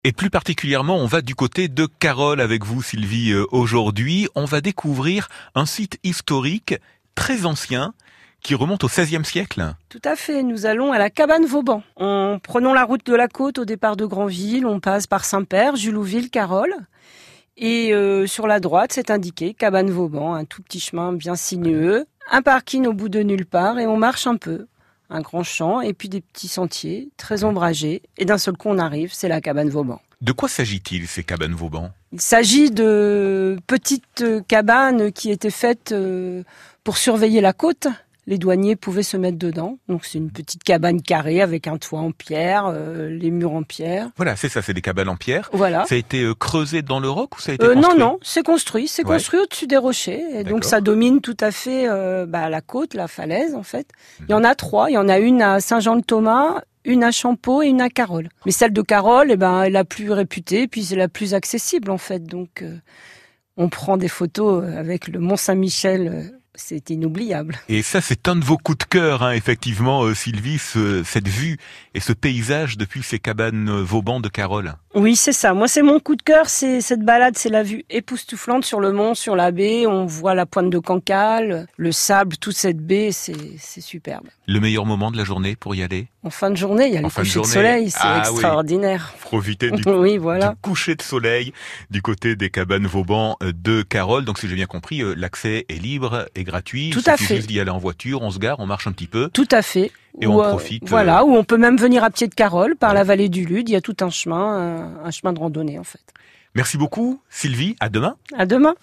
Et plus particulièrement, on va du côté de Carolles avec vous, Sylvie. Aujourd'hui, on va découvrir un site historique très ancien qui remonte au XVIe siècle. Tout à fait, nous allons à la cabane Vauban. En prenant la route de la côte au départ de Granville, on passe par Saint-Père, Julouville, Carolles. Et sur la droite, c'est indiqué cabane Vauban, un tout petit chemin bien sinueux, un parking au bout de nulle part et on marche un peu. Un grand champ et puis des petits sentiers très ombragés. Et d'un seul coup, on arrive, c'est la cabane Vauban. De quoi s'agit-il, ces cabanes Vauban ? Il s'agit de petites cabanes qui étaient faites pour surveiller la côte. Les douaniers pouvaient se mettre dedans. Donc c'est une petite cabane carrée avec un toit en pierre, les murs en pierre. Voilà, c'est ça, c'est des cabanes en pierre. Voilà. Ça a été creusé dans le roc ou ça a été construit ? Non, c'est construit. C'est construit au-dessus des rochers. Et donc ça domine tout à fait la côte, la falaise en fait. Il y en a 3. Il y en a une à Saint-Jean-de-Thomas, une à Champeaux et une à Carolles. Mais celle de Carolles, est la plus réputée, puis c'est la plus accessible en fait. Donc on prend des photos avec le Mont Saint-Michel. C'est inoubliable. Et ça, c'est un de vos coups de cœur, effectivement, Sylvie, cette vue et ce paysage depuis ces cabanes Vauban de Carolles. Oui, c'est ça. Moi, c'est mon coup de cœur, c'est cette balade, c'est la vue époustouflante sur le mont, sur la baie. On voit la pointe de Cancale, le sable, toute cette baie, c'est superbe. Le meilleur moment de la journée pour y aller ? En fin de journée, il y a le coucher de soleil, c'est extraordinaire. Oui. Profitez du coucher de soleil du côté des cabanes Vauban de Carolles. Donc, si j'ai bien compris, l'accès est libre et gratuit. Tout à fait. Il suffit juste d'y aller en voiture, on se gare, on marche un petit peu. Tout à fait. Et on profite. Voilà, où on peut même venir à pied de Carolles, par la vallée du Lude. Il y a tout un chemin de randonnée en fait. Merci beaucoup, Sylvie. À demain. À demain.